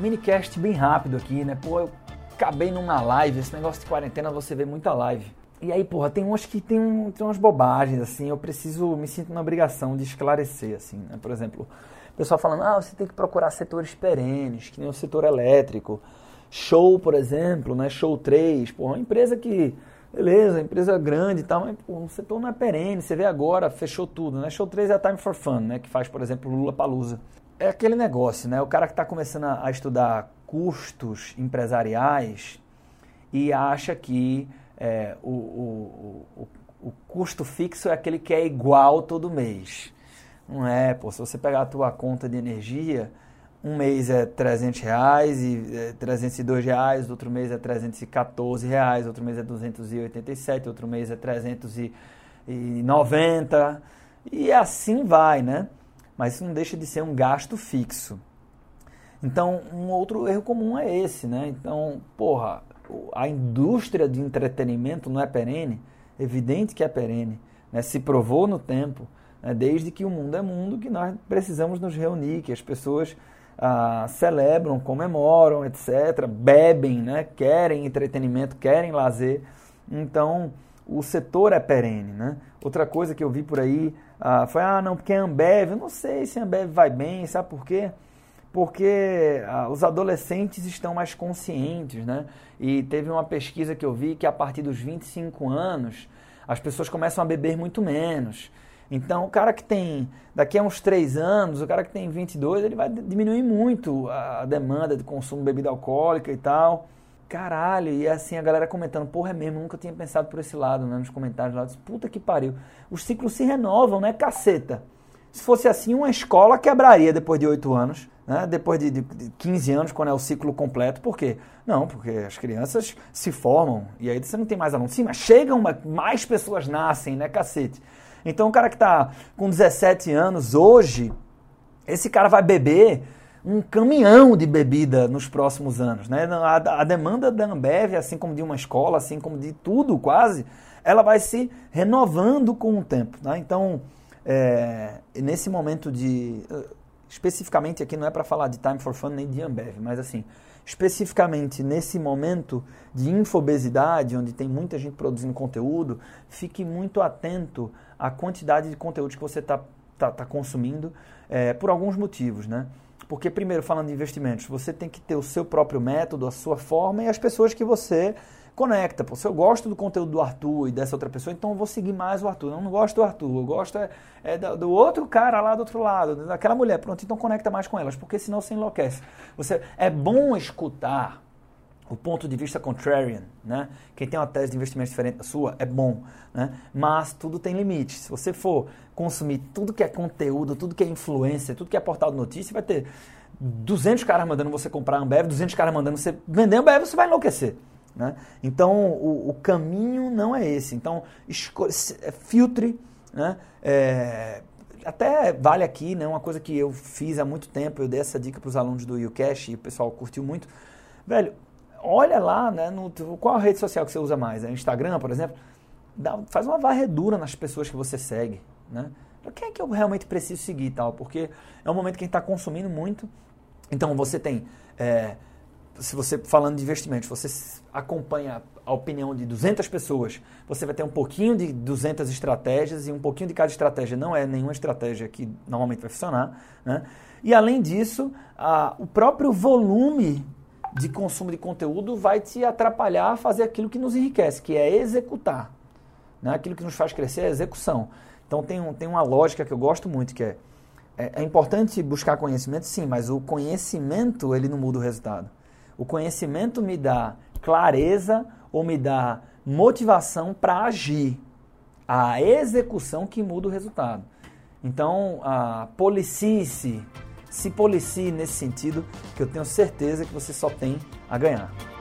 Minicast bem rápido aqui, né? Pô, eu acabei numa live, esse negócio de quarentena você vê muita live. E aí, porra, tem umas que tem umas bobagens, assim, me sinto na obrigação de esclarecer, assim, né? Por exemplo, o pessoal falando, você tem que procurar setores perenes, que nem o setor elétrico. Show, por exemplo, né? Show 3, porra, uma empresa que, beleza, empresa grande e tal, mas porra, o setor não é perene, você vê agora, fechou tudo, né? Show 3 é a Time for Fun, né? Que faz, por exemplo, o Lollapalooza. É aquele negócio, né? O cara que está começando a estudar custos empresariais e acha que o custo fixo é aquele que é igual todo mês. Não é, pô. Se você pegar a tua conta de energia, um mês é R$300 e R$302, outro mês é R$314, outro mês é 287, outro mês é 390 e assim vai, né? Mas isso não deixa de ser um gasto fixo. Então, um outro erro comum é esse, né? Então, porra, a indústria de entretenimento não é perene? Evidente que é perene, né? Se provou no tempo, né? Desde que o mundo é mundo, que nós precisamos nos reunir, que as pessoas celebram, comemoram, etc., bebem, né? Querem entretenimento, querem lazer. Então, o setor é perene, né? Outra coisa que eu vi por aí foi, não, porque é Ambev. Eu não sei se a Ambev vai bem, sabe por quê? Porque os adolescentes estão mais conscientes, né? E teve uma pesquisa que eu vi que a partir dos 25 anos, as pessoas começam a beber muito menos. Então, o cara que tem, daqui a uns 3 anos, o cara que tem 22, ele vai diminuir muito a demanda de consumo de bebida alcoólica e tal. Caralho, e assim a galera comentando, porra, é mesmo, nunca tinha pensado por esse lado, né, nos comentários lá, eu disse, puta que pariu, os ciclos se renovam, né, caceta. Se fosse assim, uma escola quebraria depois de 8 anos, né, depois de 15 anos, quando é o ciclo completo, por quê? Não, porque as crianças se formam, e aí você não tem mais alunos, sim, mas chegam, mais pessoas nascem, né, cacete. Então o cara que tá com 17 anos hoje, esse cara vai beber um caminhão de bebida nos próximos anos, né? A demanda da Ambev, assim como de uma escola, assim como de tudo quase, ela vai se renovando com o tempo, né? Então, nesse momento especificamente aqui não é para falar de Time for Fun nem de Ambev, mas assim, especificamente nesse momento de infobesidade, onde tem muita gente produzindo conteúdo, fique muito atento à quantidade de conteúdo que você tá consumindo, por alguns motivos, né? Porque, primeiro, falando de investimentos, você tem que ter o seu próprio método, a sua forma e as pessoas que você conecta. Pô, se eu gosto do conteúdo do Arthur e dessa outra pessoa, então eu vou seguir mais o Arthur. Eu não gosto do Arthur, eu gosto do outro cara lá do outro lado, daquela mulher. Pronto, então conecta mais com elas, porque senão você enlouquece. É bom escutar o ponto de vista contrarian, né? Quem tem uma tese de investimento diferente da sua é bom, né? Mas tudo tem limite. Se você for consumir tudo que é conteúdo, tudo que é influência, tudo que é portal de notícia, vai ter 200 caras mandando você comprar Ambev, 200 caras mandando você vender Ambev, você vai enlouquecer, né? Então, o caminho não é esse. Então, filtre, né? Até vale aqui, né? Uma coisa que eu fiz há muito tempo, eu dei essa dica para os alunos do YouCash e o pessoal curtiu muito. Velho, olha lá, né, qual a rede social que você usa mais? É Instagram, por exemplo? Faz uma varredura nas pessoas que você segue, né? Quem é que eu realmente preciso seguir e tal? Porque é um momento que a gente está consumindo muito. Então você tem, se você falando de investimentos, você acompanha a opinião de 200 pessoas, você vai ter um pouquinho de 200 estratégias e um pouquinho de cada estratégia não é nenhuma estratégia que normalmente vai funcionar, né? E além disso, o próprio volume de consumo de conteúdo vai te atrapalhar a fazer aquilo que nos enriquece, que é executar, né? Aquilo que nos faz crescer é a execução. Então tem uma lógica que eu gosto muito, que é importante buscar conhecimento, sim, mas o conhecimento ele não muda o resultado. O conhecimento me dá clareza ou me dá motivação para agir. A execução que muda o resultado. Então, se policie nesse sentido, que eu tenho certeza que você só tem a ganhar.